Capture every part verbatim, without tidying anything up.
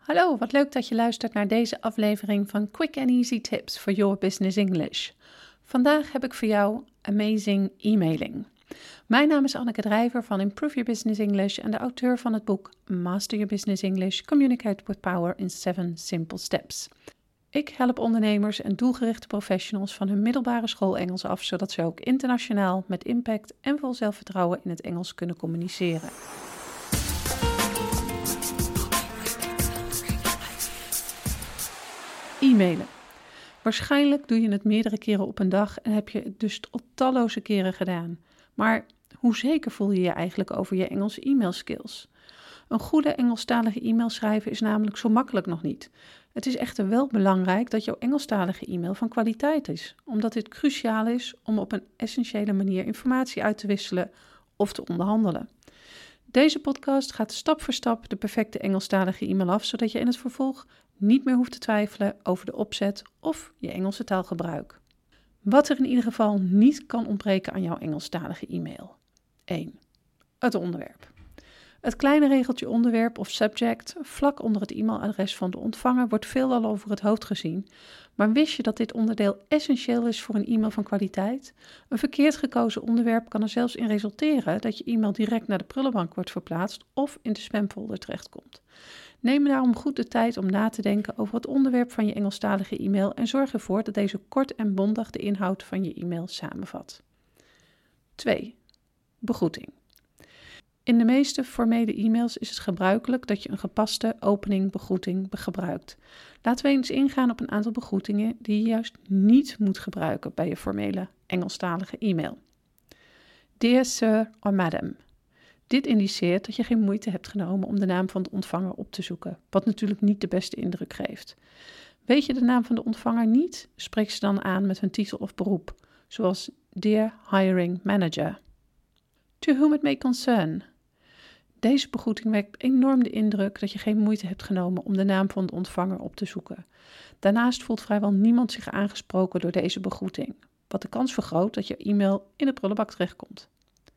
Hallo, wat leuk dat je luistert naar deze aflevering van Quick and Easy Tips for Your Business English. Vandaag heb ik voor jou Amazing E-mailing. Mijn naam is Anneke Drijver van Improve Your Business English en de auteur van het boek Master Your Business English, Communicate with Power in seven Simple Steps. Ik help ondernemers en doelgerichte professionals van hun middelbare school Engels af, zodat ze ook internationaal met impact en vol zelfvertrouwen in het Engels kunnen communiceren. E-mailen. Waarschijnlijk doe je het meerdere keren op een dag en heb je het dus al talloze keren gedaan. Maar hoe zeker voel je je eigenlijk over je Engelse e-mailskills? Een goede Engelstalige e-mail schrijven is namelijk zo makkelijk nog niet. Het is echter wel belangrijk dat jouw Engelstalige e-mail van kwaliteit is, omdat dit cruciaal is om op een essentiële manier informatie uit te wisselen of te onderhandelen. Deze podcast gaat stap voor stap de perfecte Engelstalige e-mail af, zodat je in het vervolg niet meer hoeft te twijfelen over de opzet of je Engelse taalgebruik. Wat er in ieder geval niet kan ontbreken aan jouw Engelstalige e-mail. één. Het onderwerp. Het kleine regeltje onderwerp of subject vlak onder het e-mailadres van de ontvanger wordt veelal over het hoofd gezien, maar wist je dat dit onderdeel essentieel is voor een e-mail van kwaliteit? Een verkeerd gekozen onderwerp kan er zelfs in resulteren dat je e-mail direct naar de prullenbank wordt verplaatst of in de spamfolder terechtkomt. Neem daarom goed de tijd om na te denken over het onderwerp van je Engelstalige e-mail en zorg ervoor dat deze kort en bondig de inhoud van je e-mail samenvat. twee. Begroeting. In de meeste formele e-mails is het gebruikelijk dat je een gepaste opening begroeting gebruikt. Laten we eens ingaan op een aantal begroetingen die je juist niet moet gebruiken bij je formele Engelstalige e-mail. Dear Sir or Madam. Dit indiceert dat je geen moeite hebt genomen om de naam van de ontvanger op te zoeken, wat natuurlijk niet de beste indruk geeft. Weet je de naam van de ontvanger niet? Spreek ze dan aan met hun titel of beroep, zoals Dear Hiring Manager. To whom it may concern. Deze begroeting wekt enorm de indruk dat je geen moeite hebt genomen om de naam van de ontvanger op te zoeken. Daarnaast voelt vrijwel niemand zich aangesproken door deze begroeting, wat de kans vergroot dat je e-mail in de prullenbak terechtkomt.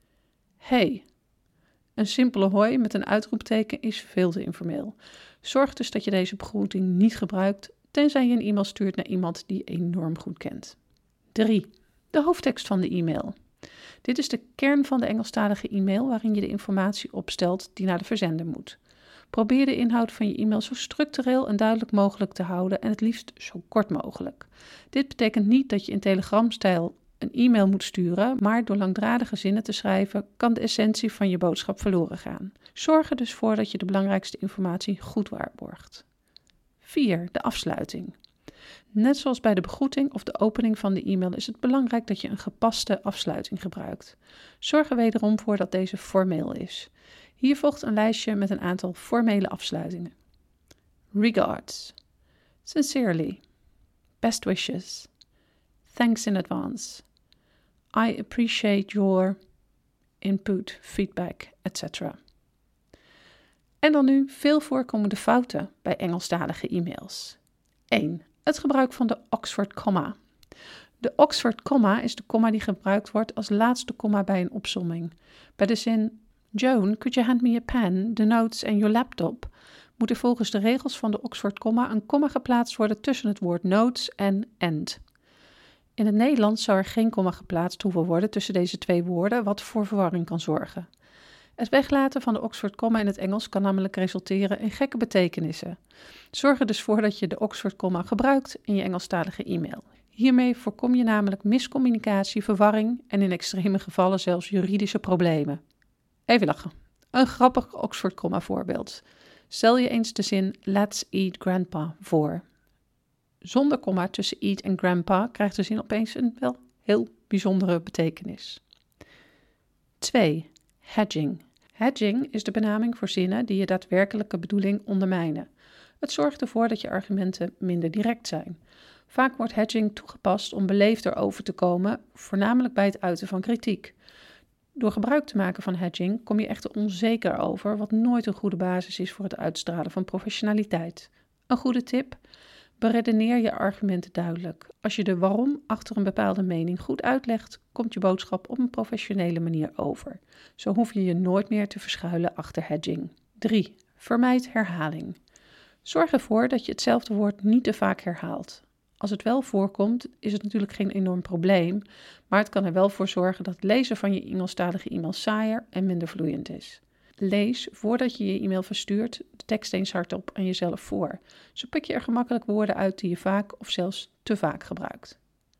Hey. Een simpele hoi met een uitroepteken is veel te informeel. Zorg dus dat je deze begroeting niet gebruikt, tenzij je een e-mail stuurt naar iemand die je enorm goed kent. drie. De hoofdtekst van de e-mail. Dit is de kern van de Engelstalige e-mail waarin je de informatie opstelt die naar de verzender moet. Probeer de inhoud van je e-mail zo structureel en duidelijk mogelijk te houden en het liefst zo kort mogelijk. Dit betekent niet dat je in telegramstijl een e-mail moet sturen, maar door langdradige zinnen te schrijven kan de essentie van je boodschap verloren gaan. Zorg er dus voor dat je de belangrijkste informatie goed waarborgt. vier. De afsluiting. Net zoals bij de begroeting of de opening van de e-mail is het belangrijk dat je een gepaste afsluiting gebruikt. Zorg er wederom voor dat deze formeel is. Hier volgt een lijstje met een aantal formele afsluitingen. Regards. Sincerely. Best wishes. Thanks in advance. I appreciate your input, feedback, et cetera. En dan nu veel voorkomende fouten bij Engelstalige e-mails. één. Het gebruik van de Oxford comma. De Oxford comma is de komma die gebruikt wordt als laatste komma bij een opsomming. Bij de zin Joan, could you hand me a pen, the notes and your laptop? Moet er volgens de regels van de Oxford comma een komma geplaatst worden tussen het woord notes en and. In het Nederlands zou er geen komma geplaatst hoeven worden tussen deze twee woorden, wat voor verwarring kan zorgen. Het weglaten van de Oxford comma in het Engels kan namelijk resulteren in gekke betekenissen. Zorg er dus voor dat je de Oxford comma gebruikt in je Engelstalige e-mail. Hiermee voorkom je namelijk miscommunicatie, verwarring en in extreme gevallen zelfs juridische problemen. Even lachen. Een grappig Oxford comma voorbeeld. Stel je eens de zin Let's eat grandpa voor. Zonder komma tussen eat en grandpa krijgt de zin opeens een wel heel bijzondere betekenis. twee. Hedging. Hedging is de benaming voor zinnen die je daadwerkelijke bedoeling ondermijnen. Het zorgt ervoor dat je argumenten minder direct zijn. Vaak wordt hedging toegepast om beleefder over te komen, voornamelijk bij het uiten van kritiek. Door gebruik te maken van hedging kom je echter onzeker over, wat nooit een goede basis is voor het uitstralen van professionaliteit. Een goede tip? Beredeneer je argumenten duidelijk. Als je de waarom achter een bepaalde mening goed uitlegt, komt je boodschap op een professionele manier over. Zo hoef je je nooit meer te verschuilen achter hedging. drie. Vermijd herhaling. Zorg ervoor dat je hetzelfde woord niet te vaak herhaalt. Als het wel voorkomt, is het natuurlijk geen enorm probleem, maar het kan er wel voor zorgen dat het lezen van je Engelstalige e-mail saaier en minder vloeiend is. Lees, voordat je je e-mail verstuurt, de tekst eens hardop aan jezelf voor. Zo pik je er gemakkelijk woorden uit die je vaak of zelfs te vaak gebruikt.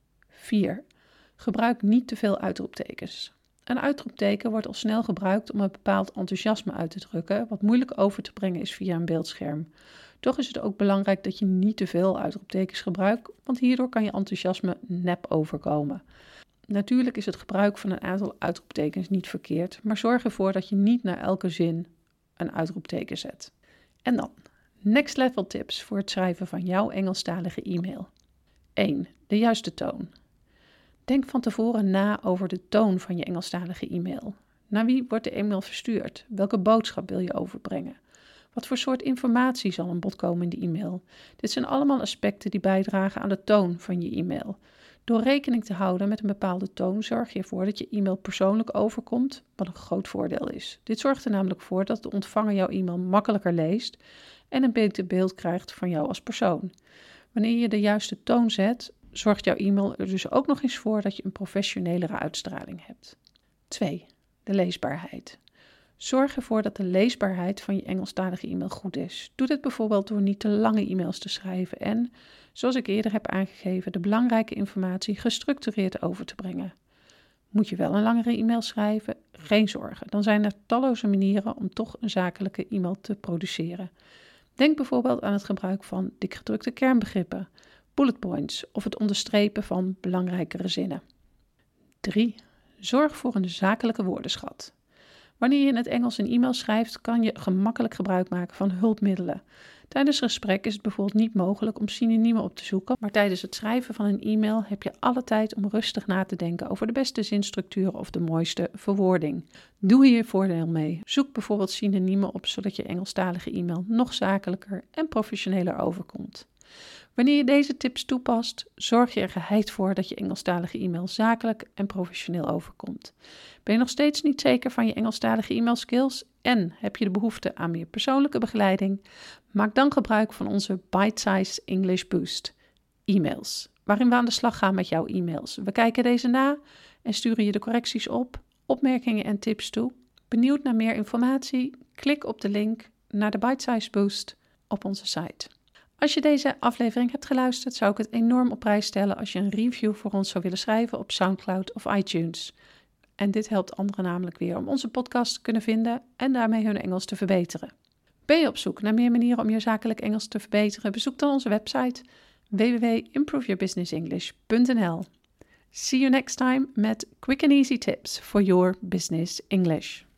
vier. Gebruik niet te veel uitroeptekens. Een uitroepteken wordt al snel gebruikt om een bepaald enthousiasme uit te drukken, wat moeilijk over te brengen is via een beeldscherm. Toch is het ook belangrijk dat je niet te veel uitroeptekens gebruikt, want hierdoor kan je enthousiasme nep overkomen. Natuurlijk is het gebruik van een aantal uitroeptekens niet verkeerd, maar zorg ervoor dat je niet naar elke zin een uitroepteken zet. En dan, next level tips voor het schrijven van jouw Engelstalige e-mail. één. De juiste toon. Denk van tevoren na over de toon van je Engelstalige e-mail. Naar wie wordt de e-mail verstuurd? Welke boodschap wil je overbrengen? Wat voor soort informatie zal aan bod komen in de e-mail? Dit zijn allemaal aspecten die bijdragen aan de toon van je e-mail. Door rekening te houden met een bepaalde toon zorg je ervoor dat je e-mail persoonlijk overkomt, wat een groot voordeel is. Dit zorgt er namelijk voor dat de ontvanger jouw e-mail makkelijker leest en een beter beeld krijgt van jou als persoon. Wanneer je de juiste toon zet, zorgt jouw e-mail er dus ook nog eens voor dat je een professionelere uitstraling hebt. twee. De leesbaarheid. Zorg ervoor dat de leesbaarheid van je Engelstalige e-mail goed is. Doe dit bijvoorbeeld door niet te lange e-mails te schrijven en, zoals ik eerder heb aangegeven, de belangrijke informatie gestructureerd over te brengen. Moet je wel een langere e-mail schrijven? Geen zorgen. Dan zijn er talloze manieren om toch een zakelijke e-mail te produceren. Denk bijvoorbeeld aan het gebruik van dikgedrukte kernbegrippen, bullet points of het onderstrepen van belangrijkere zinnen. drie. Zorg voor een zakelijke woordenschat. Wanneer je in het Engels een e-mail schrijft, kan je gemakkelijk gebruik maken van hulpmiddelen. Tijdens een gesprek is het bijvoorbeeld niet mogelijk om synoniemen op te zoeken, maar tijdens het schrijven van een e-mail heb je alle tijd om rustig na te denken over de beste zinstructuur of de mooiste verwoording. Doe hier voordeel mee. Zoek bijvoorbeeld synoniemen op, zodat je Engelstalige e-mail nog zakelijker en professioneler overkomt. Wanneer je deze tips toepast, zorg je er geheid voor dat je Engelstalige e-mail zakelijk en professioneel overkomt. Ben je nog steeds niet zeker van je Engelstalige e-mail skills en heb je de behoefte aan meer persoonlijke begeleiding? Maak dan gebruik van onze Bite-Size English Boost e-mails, waarin we aan de slag gaan met jouw e-mails. We kijken deze na en sturen je de correcties op, opmerkingen en tips toe. Benieuwd naar meer informatie? Klik op de link naar de Bite-Size Boost op onze site. Als je deze aflevering hebt geluisterd, zou ik het enorm op prijs stellen als je een review voor ons zou willen schrijven op SoundCloud of iTunes. En dit helpt anderen namelijk weer om onze podcast te kunnen vinden en daarmee hun Engels te verbeteren. Ben je op zoek naar meer manieren om je zakelijk Engels te verbeteren? Bezoek dan onze website w w w punt improve your business english punt n l. See you next time met quick and easy tips for your business English.